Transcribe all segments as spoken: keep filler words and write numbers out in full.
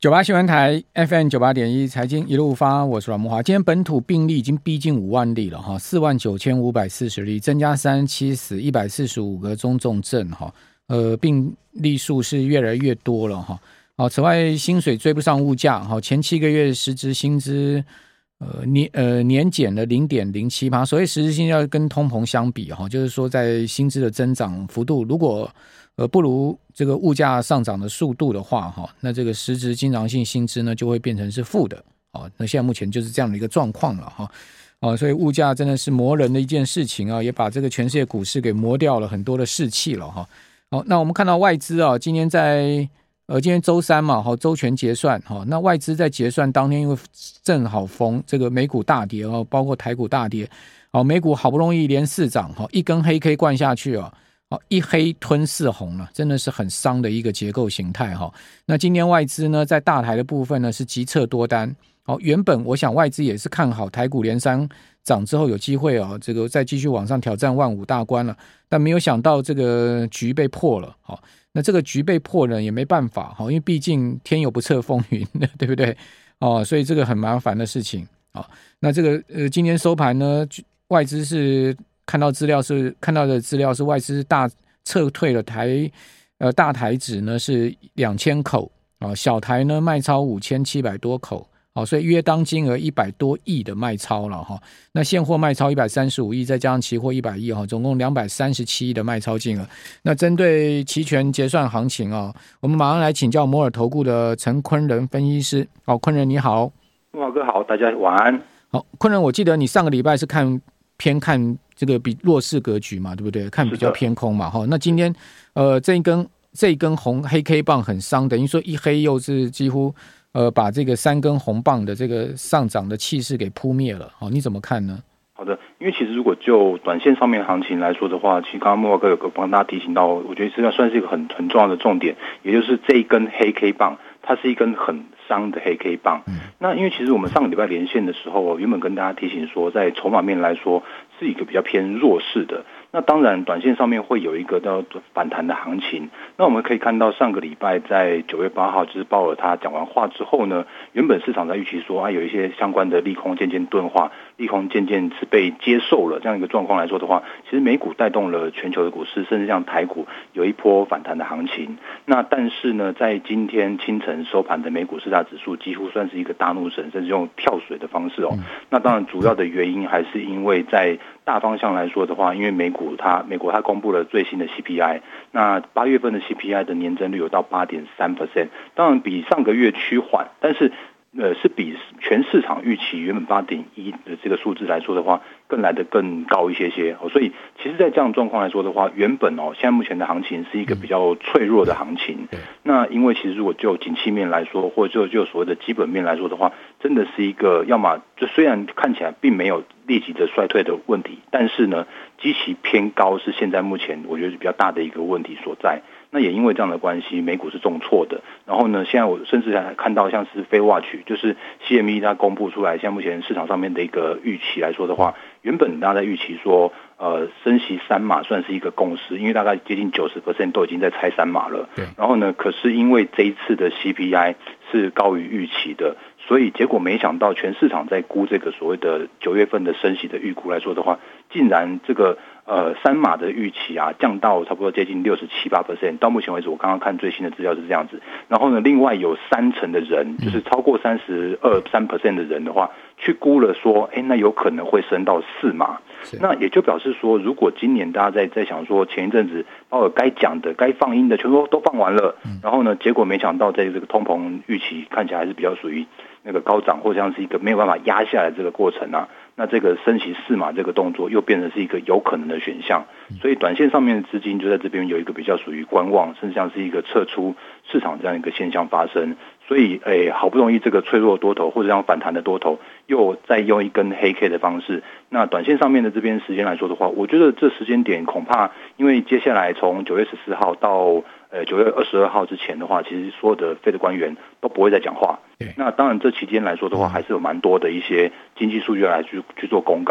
九八新闻台 F M 九八点一财经一路发，我是阮慕骅。今天本土病例已经逼近五万例了哈，四万九千五百四十例，增加三十七死，一百四十五个中重症哈，呃，病例数是越来越多了哈。好，此外薪水追不上物价哈，前七个月实质薪资呃年呃年减了零点零七%，所谓实质薪资要跟通膨相比哈，就是说在薪资的增长幅度如果呃，不如这个物价上涨的速度的话，哈，那这个实质经常性薪资呢就会变成是负的，哦，那现在目前就是这样的一个状况了，哈，哦，所以物价真的是磨人的一件事情啊，也把这个全世界股市给磨掉了很多的士气了，哈。好，那我们看到外资啊，今天在呃今天周三嘛，好，周全结算，哈，那外资在结算当天，因为正好逢这个美股大跌哦，包括台股大跌，好，美股好不容易连四涨，哈，一根黑 K 灌下去啊。一黑吞四红了，真的是很伤的一个结构形态哈。那今天外资呢，在大台的部分呢是急撤多单。好，原本我想外资也是看好台股连三涨之后有机会哦，这个再继续往上挑战万五大关了，但没有想到这个局被破了。好，那这个局被破呢也没办法哈，因为毕竟天有不测风云，对不对？哦，所以这个很麻烦的事情。好，那这个呃今天收盘呢，外资是。看到资料是看到的资料是外资大撤退了台呃大台指呢是两千口啊，小台呢卖超五千七百多口，好，所以约当金额一百多亿的卖超了哈。那现货卖超一百三十五亿，再加上期货一百亿哈，总共两百三十七亿的卖超金额。那针对期权结算行情啊，我们马上来请教摩尔投顾的陈昆仁分析师。好，昆仁你好。 慕骅哥好，大家晚安。 好，昆仁，我记得你上个礼拜是看偏看。这个比弱势格局嘛，对不对？看比较偏空嘛，哈。那今天，呃，这一根这一根红黑 K 棒很伤，等于说一黑又是几乎呃把这个三根红棒的这个上涨的气势给扑灭了，好，你怎么看呢？ 好的，因为其实如果就短线上面行情来说的话，其实刚刚慕骅哥有个帮大家提醒到，我觉得这算是一个很很重要的重点，也就是这一根黑 K 棒，它是一根很伤的黑 K 棒。嗯、那因为其实我们上个礼拜连线的时候，原本跟大家提醒说，在筹码面来说是一个比较偏弱势的。那当然，短线上面会有一个叫反弹的行情。那我们可以看到，上个礼拜在九月八号，就是鲍尔他讲完话之后呢，原本市场在预期说啊，有一些相关的利空渐渐钝化，利空渐渐是被接受了这样一个状况来说的话，其实美股带动了全球的股市，甚至像台股有一波反弹的行情。那但是呢，在今天清晨收盘的美股四大指数几乎算是一个大怒神，甚至用跳水的方式哦。那当然，主要的原因还是因为在大方向来说的话，因为美股它美国它公布了最新的 C P I， 那八月份的 C P I 的年增率有到 百分之八点三， 当然比上个月趋缓，但是呃是比全市场预期原本 八点一 的这个数字来说的话，更来得更高一些些。所以其实在这样的状况来说的话，原本哦现在目前的行情是一个比较脆弱的行情。那因为其实如果就景气面来说，或者就就所谓的基本面来说的话，真的是一个要么就虽然看起来并没有立即的衰退的问题，但是呢基期偏高是现在目前我觉得是比较大的一个问题所在。那也因为这样的关系，美股是重挫的。然后呢，现在我甚至还看到像是非 watch， 就是 C M E 它公布出来，像目前市场上面的一个预期来说的话，原本大家在预期说，呃，升息三码算是一个共识，因为大概接近 百分之九十 都已经在猜三码了。然后呢，可是因为这一次的 C P I 是高于预期的，所以结果没想到全市场在估这个所谓的九月份的升息的预估来说的话，竟然这个呃三码的预期啊降到差不多接近 百分之六十七八， 到目前为止我刚刚看最新的资料是这样子。然后呢，另外有三成的人，就是超过三十二 三 percent 的人的话，去估了说，哎，那有可能会升到四码。那也就表示说，如果今年大家在在想说前一阵子鲍尔该讲的、该放音的全部都放完了，然后呢，结果没想到在这个通膨预期看起来还是比较属于那个高涨，或者像是一个没有办法压下来这个过程啊，那这个升息四码这个动作又变成是一个有可能的选项。所以短线上面的资金就在这边有一个比较属于观望，甚至像是一个撤出市场这样一个现象发生。所以诶，好不容易这个脆弱多头或者这样反弹的多头又再用一根黑 K 的方式，那短线上面的这边时间来说的话，我觉得这时间点恐怕因为接下来从九月十四号到呃九月二十二号之前的话，其实所有的Fed官员都不会再讲话。那当然这期间来说的话，还是有蛮多的一些经济数据来去去做公告。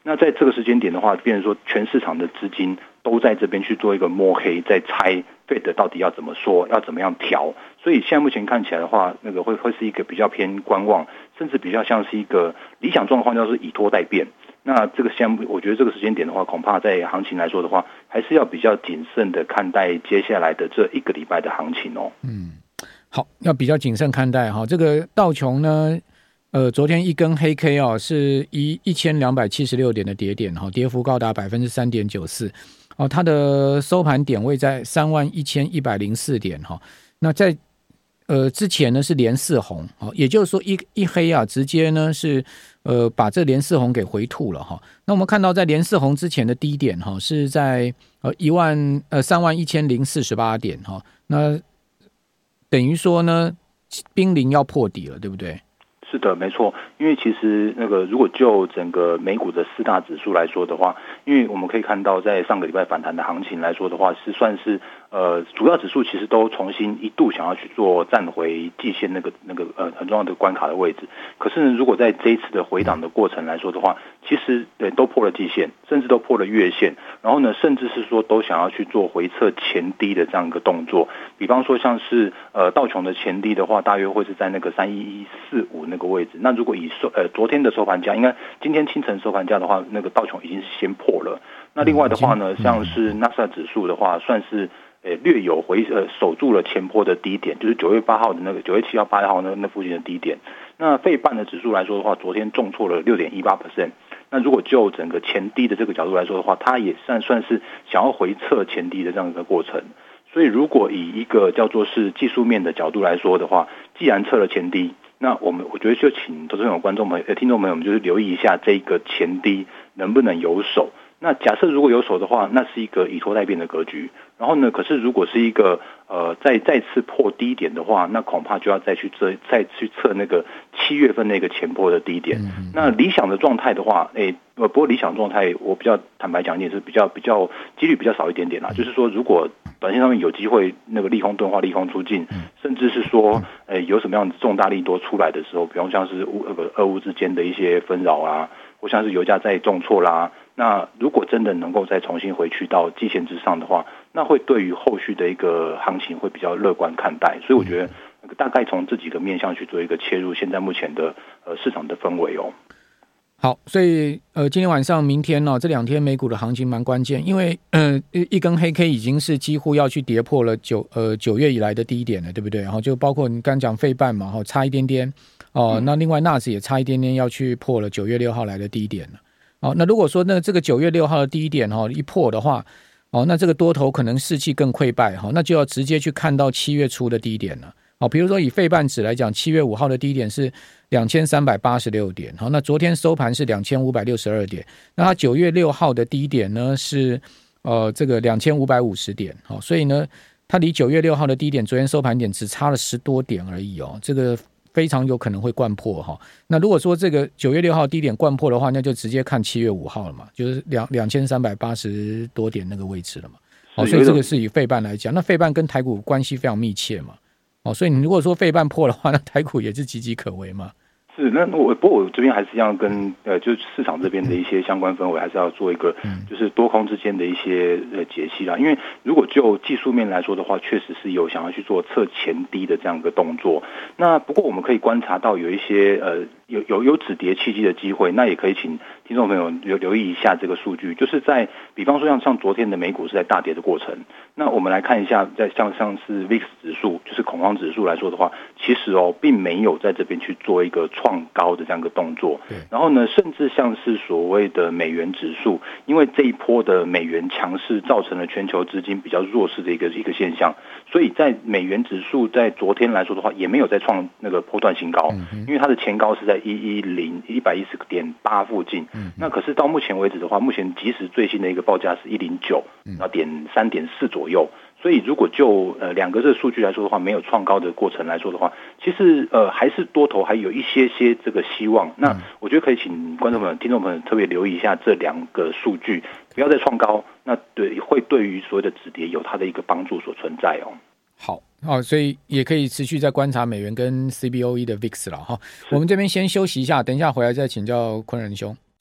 那在这个时间点的话，变成说全市场的资金都在这边去做一个摸黑，在猜 Fed 到底要怎么说，要怎么样调。所以现在目前看起来的话，那个会会是一个比较偏观望，甚至比较像是一个理想状况，就是以拖待变。那这个项目，我觉得这个时间点的话，恐怕在行情来说的话，还是要比较谨慎的看待接下来的这一个礼拜的行情哦。 嗯，好，要比较谨慎看待哈。这个道琼呢，呃，昨天一根黑 K 哦，是一一千两百七十六点的跌点哈，跌幅高达百分之三点九四哦，它的收盘点位在三万一千一百零四点哈。那在呃，之前呢是连四红，也就是说一一黑啊，直接呢是呃把这连四红给回吐了哈。那我们看到在连四红之前的低点哈，是在呃一万呃三万一千零四十八点哈，那等于说呢濒临要破底了，对不对？ 是的，没错。因为其实那个如果就整个美股的四大指数来说的话，因为我们可以看到在上个礼拜反弹的行情来说的话，是算是呃主要指数其实都重新一度想要去做站回季线那个那个呃很重要的关卡的位置。可是呢，如果在这一次的回档的过程来说的话，其实对都破了季线，甚至都破了月线，然后呢，甚至是说都想要去做回测前低的这样一个动作。比方说像是呃道琼的前低的话，大约会是在那个三一一四五那个位置。那如果以收呃昨天的收盘价，应该今天清晨收盘价的话，那个道琼已经是先破了。那另外的话呢，像是纳斯达克指数的话，算是呃略有回呃守住了前波的低点，就是九月八号的那个九月七号八号那那附近的低点。那费半的指数来说的话，昨天重挫了 六点一八 percent。那如果就整个前低的这个角度来说的话，它也算算是想要回测前低的这样一个过程。所以如果以一个叫做是技术面的角度来说的话，既然测了前低，那我们我觉得就请投资朋友、观众朋友、呃听众朋友们就是留意一下这个前低能不能有手。那假设如果有手的话，那是一个以拖待变的格局。然后呢，可是如果是一个呃再再次破低点的话，那恐怕就要再去测再去测那个七月份那个前波的低点。嗯、那理想的状态的话，诶，不过理想状态我比较坦白讲也是比较比较几率比较少一点点啦。嗯、就是说，如果短线上面有机会那个利空钝化、利空出尽，嗯、甚至是说，诶有什么样的重大利多出来的时候，比方像是乌呃俄乌之间的一些纷扰啊，或像是油价再重挫啦。那如果真的能够再重新回去到季线之上的话，那会对于后续的一个行情会比较乐观看待。所以我觉得大概从这几个面向去做一个切入，现在目前的呃市场的氛围哦。 好，所以呃今天晚上、明天呢、哦、这两天美股的行情蛮关键，因为呃一根黑 K 已经是几乎要去跌破了九呃九月以来的低点了，对不对？然后就包括你刚讲费半嘛，哈，差一点点哦、呃嗯。那另外纳指也差一点点要去破了九月六号来的低点了。哦，那如果说那这个九月六号的低点哈、哦、一破的话，哦，那这个多头可能士气更溃败哈、哦，那就要直接去看到七月初的低点了。哦，比如说以费半指来讲，七月五号的低点是两千三百八十六点，好、哦，那昨天收盘是两千五百六十二点，那它九月六号的低点呢是呃这个两千五百五十点，好、哦，所以呢，它离九月六号的低点昨天收盘点只差了十多点而已哦，这个非常有可能会灌破哈。那如果说这个九月六号低点灌破的话，那就直接看七月五号了嘛，就是两两千三百八十多点那个位置了嘛。哦，所以这个是以费半来讲，那费半跟台股关系非常密切嘛。哦，所以你如果说费半破的话，那台股也是岌岌可危嘛。 是，那我不过我这边还是一样跟呃，就是市场这边的一些相关氛围，还是要做一个就是多空之间的一些呃解析啦。因为如果就技术面来说的话，确实是有想要去做测前低的这样一个动作。那不过我们可以观察到有一些呃有有有止跌契机的机会，那也可以请听众朋友留留意一下这个数据，就是在比方说像像昨天的美股是在大跌的过程，那我们来看一下，在像像是 V I X 指数，就是恐慌指数来说的话，其实哦并没有在这边去做一个创高的这样一个动作。然后呢，甚至像是所谓的美元指数，因为这一波的美元强势造成了全球资金比较弱势的一个一个现象，所以在美元指数在昨天来说的话，也没有再创那个波段新高，因为它的前高是在一一零一百一十点八附近。那可是到目前为止的话，目前即时最新的一个报价是一零九点三点四左右。所以如果就呃两个这个数据来说的话，没有创高的过程来说的话，其实呃还是多头还有一些些这个希望。那我觉得可以请观众朋友、听众朋友特别留意一下这两个数据，不要再创高，那对会对于所谓的止跌有它的一个帮助所存在哦。 好，哦，所以也可以持续在观察美元跟 C B O E 的 V I X 了哈。我们这边先休息一下，等一下回来再请教昆仁兄。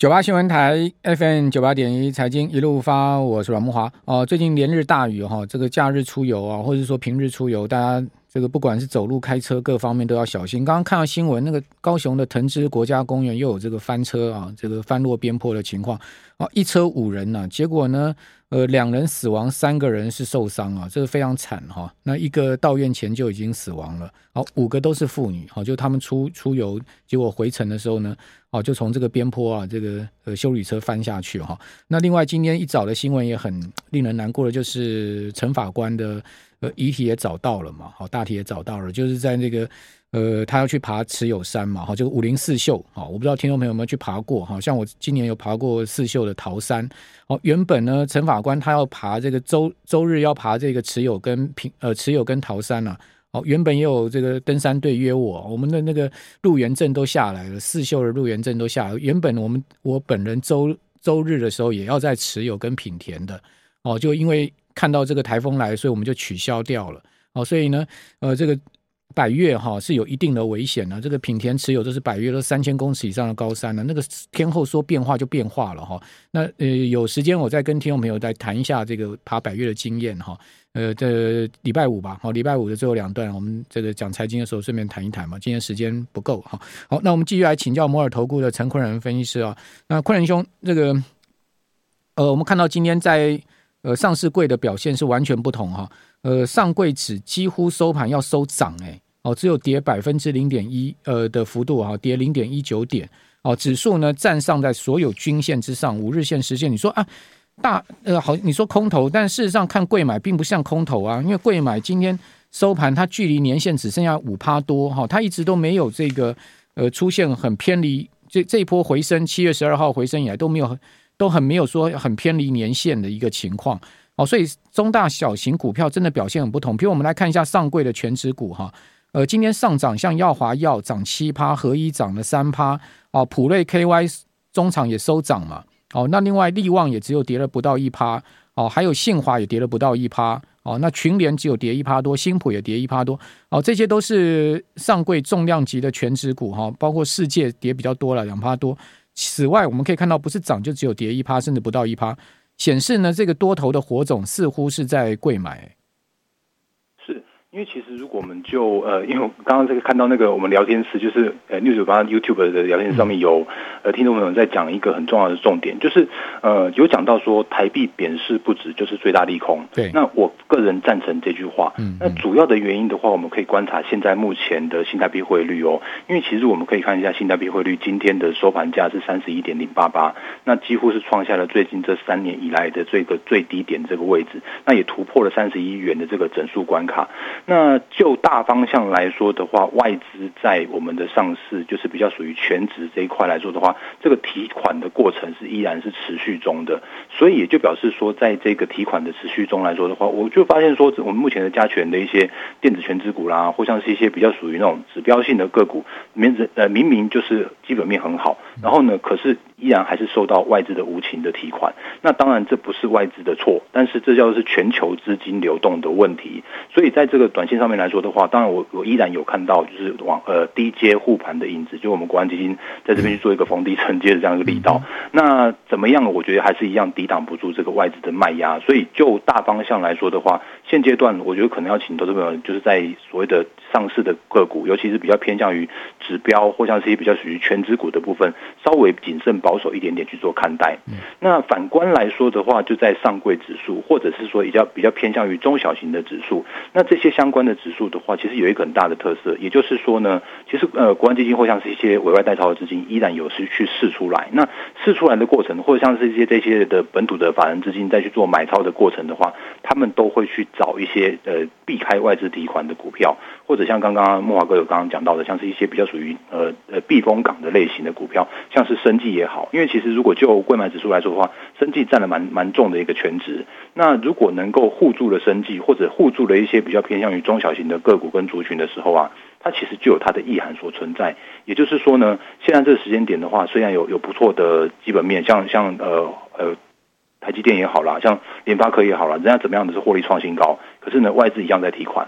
九八新闻台 F M 九八点一财经一路发，我是阮慕骅。哦，最近连日大雨哈，这个假日出游啊，或者说平日出游，大家这个不管是走路、开车，各方面都要小心。刚刚看到新闻，那个高雄的藤枝国家公园又有这个翻车啊，这个翻落边坡的情况啊，一车五人呢、啊，结果呢，呃，两人死亡，三个人是受伤啊，这个非常惨哈、啊。那一个到院前就已经死亡了，好，五个都是妇女，好，就他们出出游，结果回程的时候呢。哦，就从这个边坡啊，这个呃休旅车翻下去哈、哦。那另外今天一早的新闻也很令人难过的，就是陈法官的呃遗体也找到了嘛，好、哦，大体也找到了，就是在那个呃他要去爬持有山嘛，好、哦，这个武陵四秀，好、哦，我不知道听众朋友有没有去爬过，好、哦，像我今年有爬过四秀的桃山，哦，原本呢陈法官他要爬这个周周日要爬这个持有跟平呃持有跟桃山啊。哦，原本也有这个登山队约我，我们的那个入园证都下来了，四秀的入园证都下来了。原本我们我本人周周日的时候也要在持有跟品田的，哦，就因为看到这个台风来，所以我们就取消掉了。哦，所以呢，呃，这个百岳哈、哦、是有一定的危险的、啊。这个品田持有都是百岳，都三千公尺以上的高山了、啊，那个天候说变化就变化了哈、哦。那呃有时间我再跟听众朋友再谈一下这个爬百岳的经验哈、哦。呃，这礼拜五吧，好，礼拜五的最后两段，我们这个讲财经的时候顺便谈一谈嘛。今天时间不够哈，好，那我们继续来请教摩尔投顾的陈坤仁分析师啊。那坤仁兄，这个呃，我们看到今天在呃上市柜的表现是完全不同哈。呃，上柜指几乎收盘要收涨哎、欸，哦，只有跌百分之零点一呃的幅度哈，跌零点一九点。哦，指数呢站上在所有均线之上，五日线、十线，你说啊？大呃好，你说空头，但事实上看柜买并不像空头啊，因为柜买今天收盘它距离年线只剩下五趴多哈，它一直都没有这个呃出现很偏离这这一波回升，七月十二号回升以来都没有都很没有说很偏离年线的一个情况哦，所以中大小型股票真的表现很不同。比如我们来看一下上柜的全指股哈，呃今天上涨，像耀华药涨七趴，合一涨了三趴哦，普瑞 K Y 中场也收涨嘛。哦，那另外力旺也只有跌了不到一趴，哦，还有信华也跌了不到一趴，哦，那群联只有跌一趴多，新普也跌一趴多，哦，这些都是上柜重量级的全指股哈、哦，包括世界跌比较多了两趴多。此外，我们可以看到不是涨就只有跌一趴，甚至不到一趴，显示呢这个多头的火种似乎是在柜买。 因为其实如果我们就呃，因为我刚刚这个看到那个我们聊天室，就是呃 News 八 YouTube 的聊天室上面有呃听众朋友在讲一个很重要的重点，就是呃有讲到说台币贬势不止就是最大利空。 对， 那我个人赞成这句话。 嗯， 那主要的原因的话，我们可以观察现在目前的新台币汇率哦，因为其实我们可以看一下新台币汇率今天的收盘价是三十一点零八八，那几乎是创下了最近这三年以来的这个最低点这个位置，那也突破了三十一元的这个整数关卡。那就大方向来说的话，外资在我们的上市就是比较属于全职这一块来说的话，这个提款的过程是依然是持续中的，所以也就表示说，在这个提款的持续中来说的话，我就发现说，我们目前的加权的一些电子全指股啦，或像是一些比较属于那种指标性的个股，明呃明明就是基本面很好，然后呢，可是依然还是受到外资的无情的提款。那当然这不是外资的错，但是这叫做是全球资金流动的问题。所以在这个短线上面来说的话，当然我我依然有看到就是往呃低阶护盘的影子，就我们国安基金在这边去做一个逢低承接的这样一个力道。那怎么样？我觉得还是一样抵挡不住这个外资的卖压。所以就大方向来说的话，现阶段我觉得可能要请投资朋友就是在所谓的上市的个股，尤其是比较偏向于指标或像是一些比较属于全指股的部分，稍微谨慎保守一点点去做看待。那反观来说的话，就在上柜指数，或者是说比较比较偏向于中小型的指数，那这些相关的指数的话，其实有一个很大的特色，也就是说呢，其实呃，国安基金或像是一些委外代操的资金，依然有是去释出来。那释出来的过程，或者像是一些这些的本土的法人资金再去做买超的过程的话，他们都会去找一些呃避开外资提款的股票，或者像刚刚慕骅哥有刚刚讲到的，像是一些比较属于呃呃避风港的类型的股票，像是生技也好，因为其实如果就柜买指数来说的话，生技占了蛮蛮重的一个权值。那如果能够护住了生技，或者护住了一些比较偏向于中小型的个股跟族群的时候啊，它其实就有它的意涵所存在。也就是说呢，现在这个时间点的话，虽然有有不错的基本面，像像呃呃台积电也好啦，像联发科也好啦，人家怎么样的是获利创新高，可是呢外资一样在提款。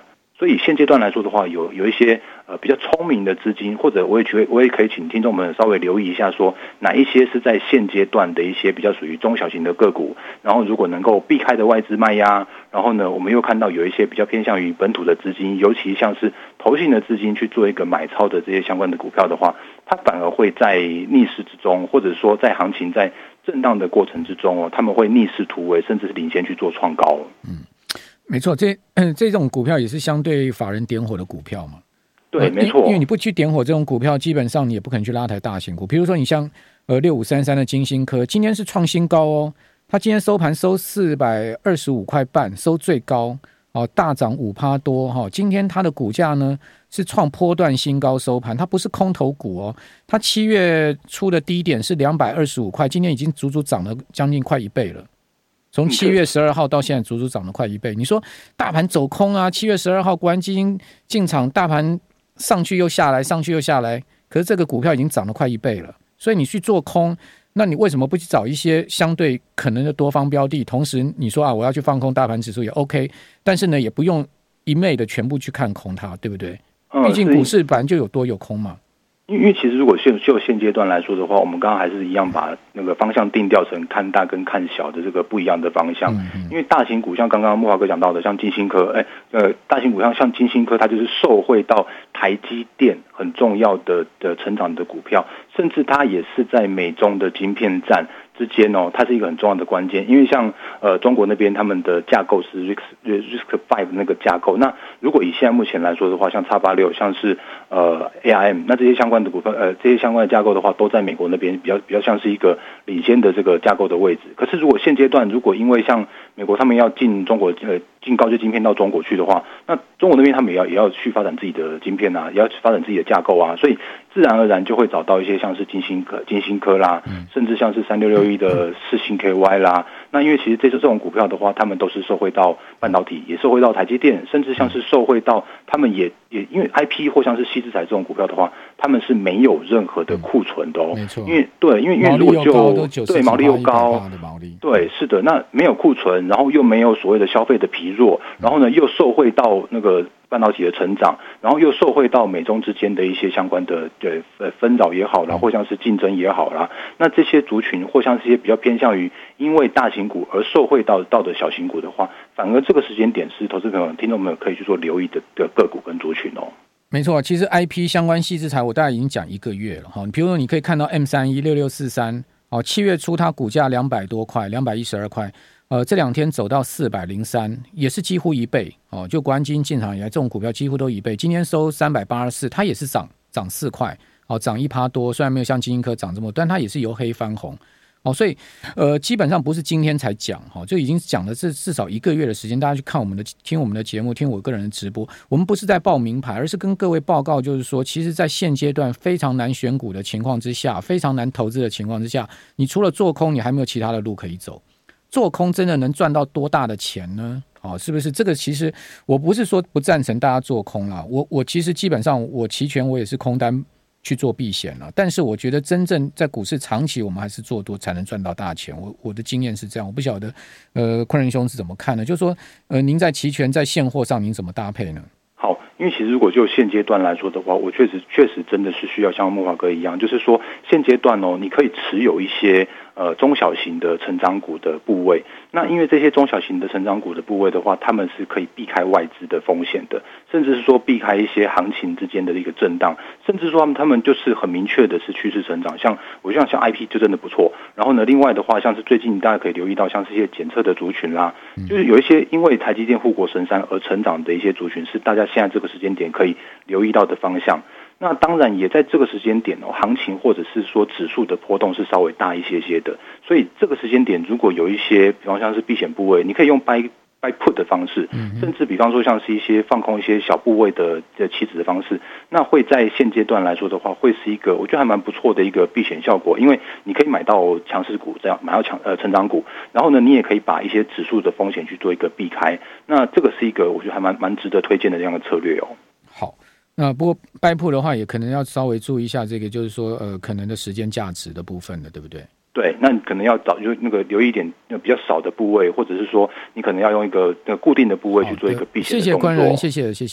所以现阶段来说的话，有有一些呃比较聪明的资金，或者我也觉我也可以请听众们稍微留意一下说，说哪一些是在现阶段的一些比较属于中小型的个股，然后如果能够避开的外资卖压，然后呢，我们又看到有一些比较偏向于本土的资金，尤其像是投信的资金去做一个买超的这些相关的股票的话，它反而会在逆势之中，或者说在行情在震荡的过程之中哦，他们会逆势突围，甚至是领先去做创高。 嗯，没错，这这种股票也是相对法人点火的股票嘛。 对，没错， 因为你不去点火这种股票，基本上你也不可能去拉抬大型股。比如说你像呃六五三三的金星科，今天是创新高哦，它今天收盘收四百二十五块半，收最高哦，大涨五趴多哈、哦。今天它的股价呢是创波段新高收盘，它不是空头股哦，它七月初的低点是两百二十五块，今天已经足足涨了将近快一倍了。从七月十二号到现在，足足涨了快一倍。你说大盘走空啊？七月十二号国安基金进场，大盘上去又下来，上去又下来，可是这个股票已经涨了快一倍了。所以你去做空，那你为什么不去找一些相对可能的多方标的？同时你说啊，我要去放空大盘指数也 OK， 但是呢，也不用一昧的全部去看空它，对不对？毕竟股市本来就有多有空嘛。 因为其实如果现就现阶段来说的话，我们刚刚还是一样把那个方向定调成看大跟看小的这个不一样的方向。嗯嗯，因为大型股像刚刚慕骅哥讲到的，像金星科，哎，呃，大型股像像金星科，它就是受惠到台积电很重要的的成长的股票，甚至它也是在美中的晶片战之间哦，它是一个很重要的关键。因为像呃中国那边他们的架构是 R I S K R I S K 五那个架构，那如果以现在目前来说的话，像 X 八十六，像是呃 A R M， 那这些相关的股份呃这些相关的架构的话，都在美国那边比较比较像是一个领先的这个架构的位置。可是如果现阶段如果因为像美国他们要进中国呃进高阶晶片到中国去的话，那中国那边他们也要也要去发展自己的晶片啊，也要去发展自己的架构啊，所以自然而然就会找到一些像是金星科、金星科啦，甚至像是三六六一的世芯 K Y 啦。那因为其实这这种股票的话，他们都是受惠到半导体，也受惠到台积电，甚至像是受惠到他们也也因为 I P 或像是矽智财这种股票的话，他们是没有任何的库存的哦。没错，因为对，因为因为如果就对毛利又高，对，是的，那没有库存，然后又没有所谓的消费的疲弱，然后呢又受惠到那个半导体的成长，然后又受惠到美中之间的一些相关的对纷扰也好啦，或像是竞争也好啦，那这些族群或像是一些比较偏向于因为大型股而受惠到到的小型股的话，反而这个时间点是投资朋友、听众朋友可以去做留意的的个股跟族群哦。 没错，其实 I P 相关矽智财我大概已经讲一个月了哈。比如说你可以看到 M 三十一 六六四三哦，七月初它股价两百多块，两百一十二块。呃，这两天走到四百零三，也是几乎一倍哦。就国安基金进场以来，这种股票几乎都一倍。今天收三百八十四，它也是涨涨四块，哦，涨一趴多。虽然没有像金星科涨这么多，但它也是由黑翻红哦。所以呃，基本上不是今天才讲哈、哦，就已经讲了至至少一个月的时间。大家去看我们的听我们的节目，听我个人的直播，我们不是在报名牌，而是跟各位报告，就是说，其实在现阶段非常难选股的情况之下，非常难投资的情况之下，你除了做空，你还没有其他的路可以走。做空真的能赚到多大的钱呢？哦，是不是？这个其实我不是说不赞成大家做空啦，我我其实基本上我期权我也是空单去做避险了，但是我觉得真正在股市长期我们还是做多才能赚到大钱。我我的经验是这样，我不晓得呃昆仁兄是怎么看的？就是说呃您在期权在现货上您怎么搭配呢？ 好，因为其实如果就现阶段来说的话，我确实确实真的是需要像慕骅哥一样，就是说现阶段哦，你可以持有一些呃中小型的成长股的部位。那因为这些中小型的成长股的部位的话，他们是可以避开外资的风险的，甚至是说避开一些行情之间的一个震荡，甚至说他们他们就是很明确的是趋势成长。像我像像 I P 就真的不错。然后呢，另外的话，像是最近大家可以留意到，像是一些检测的族群啦，就是有一些因为台积电护国神山而成长的一些族群，是大家现在这个时间点可以留意到的方向。那当然也在这个时间点哦，行情或者是说指数的波动是稍微大一些些的，所以这个时间点如果有一些，比方像是避险部位，你可以用 buy buy put 的方式，甚至比方说像是一些放空一些小部位的的期指的方式，那会在现阶段来说的话，会是一个我觉得还蛮不错的一个避险效果，因为你可以买到强势股，这样买到强呃成长股，然后呢，你也可以把一些指数的风险去做一个避开，那这个是一个我觉得还蛮蛮值得推荐的这样的策略哦。 好。那不过buy put的话，也可能要稍微注意一下这个，就是说，呃，可能的时间价值的部分的，对不对？ 对，那你可能要找就那个留意一点比较少的部位，或者是说你可能要用一个固定的部位去做一个避险的动作。谢谢昆仁，谢谢谢谢。